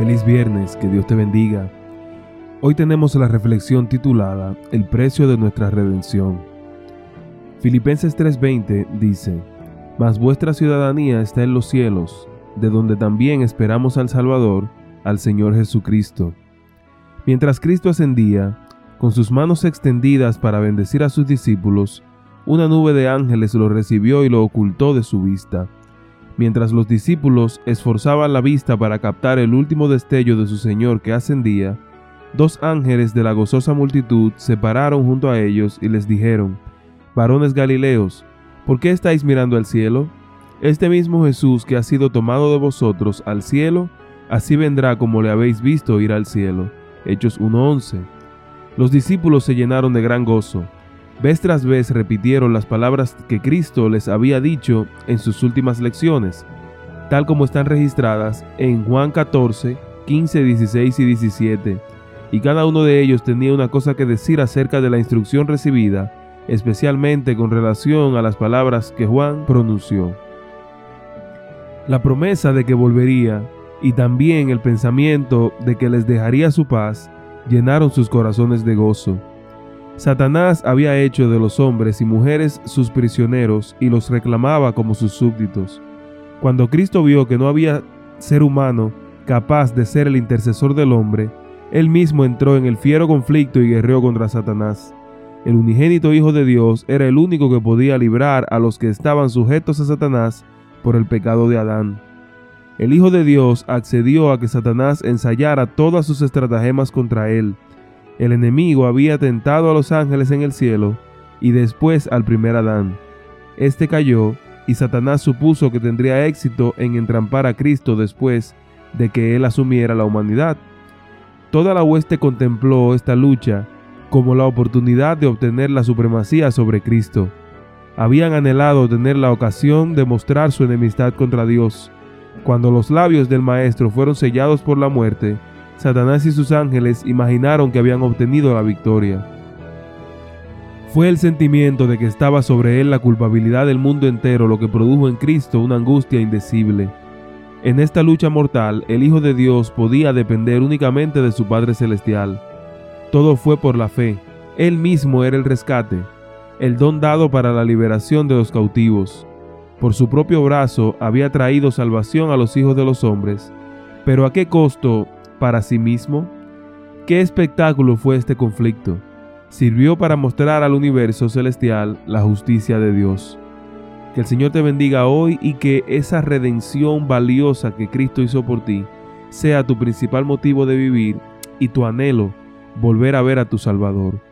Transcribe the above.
Feliz viernes, que Dios te bendiga. Hoy tenemos la reflexión titulada El precio de nuestra redención. Filipenses 3:20 dice: Mas vuestra ciudadanía está en los cielos, de donde también esperamos al Salvador, al Señor Jesucristo. Mientras Cristo ascendía, con sus manos extendidas para bendecir a sus discípulos, una nube de ángeles lo recibió y lo ocultó de su vista. Mientras los discípulos esforzaban la vista para captar el último destello de su Señor que ascendía, dos ángeles de la gozosa multitud se pararon junto a ellos y les dijeron: Varones Galileos, ¿por qué estáis mirando al cielo? Este mismo Jesús que ha sido tomado de vosotros al cielo, así vendrá como le habéis visto ir al cielo. Hechos 1:11. Los discípulos se llenaron de gran gozo. Vez tras vez repitieron las palabras que Cristo les había dicho en sus últimas lecciones, tal como están registradas en Juan 14, 15, 16 y 17, y cada uno de ellos tenía una cosa que decir acerca de la instrucción recibida, especialmente con relación a las palabras que Juan pronunció. La promesa de que volvería y también el pensamiento de que les dejaría su paz llenaron sus corazones de gozo. Satanás había hecho de los hombres y mujeres sus prisioneros y los reclamaba como sus súbditos. Cuando Cristo vio que no había ser humano capaz de ser el intercesor del hombre, él mismo entró en el fiero conflicto y guerreó contra Satanás. El unigénito Hijo de Dios era el único que podía librar a los que estaban sujetos a Satanás por el pecado de Adán. El Hijo de Dios accedió a que Satanás ensayara todas sus estratagemas contra él. El enemigo había tentado a los ángeles en el cielo y después al primer Adán. Este cayó y Satanás supuso que tendría éxito en entrampar a Cristo después de que él asumiera la humanidad. Toda la hueste contempló esta lucha como la oportunidad de obtener la supremacía sobre Cristo. Habían anhelado tener la ocasión de mostrar su enemistad contra Dios. Cuando los labios del Maestro fueron sellados por la muerte, Satanás y sus ángeles imaginaron que habían obtenido la victoria. Fue el sentimiento de que estaba sobre él la culpabilidad del mundo entero lo que produjo en Cristo una angustia indecible. En esta lucha mortal, el Hijo de Dios podía depender únicamente de su Padre Celestial. Todo fue por la fe. Él mismo era el rescate, el don dado para la liberación de los cautivos. Por su propio brazo había traído salvación a los hijos de los hombres. ¿Pero a qué costo para sí mismo? ¿Qué espectáculo fue este conflicto? Sirvió para mostrar al universo celestial la justicia de Dios. Que el Señor te bendiga hoy y que esa redención valiosa que Cristo hizo por ti sea tu principal motivo de vivir y tu anhelo volver a ver a tu Salvador.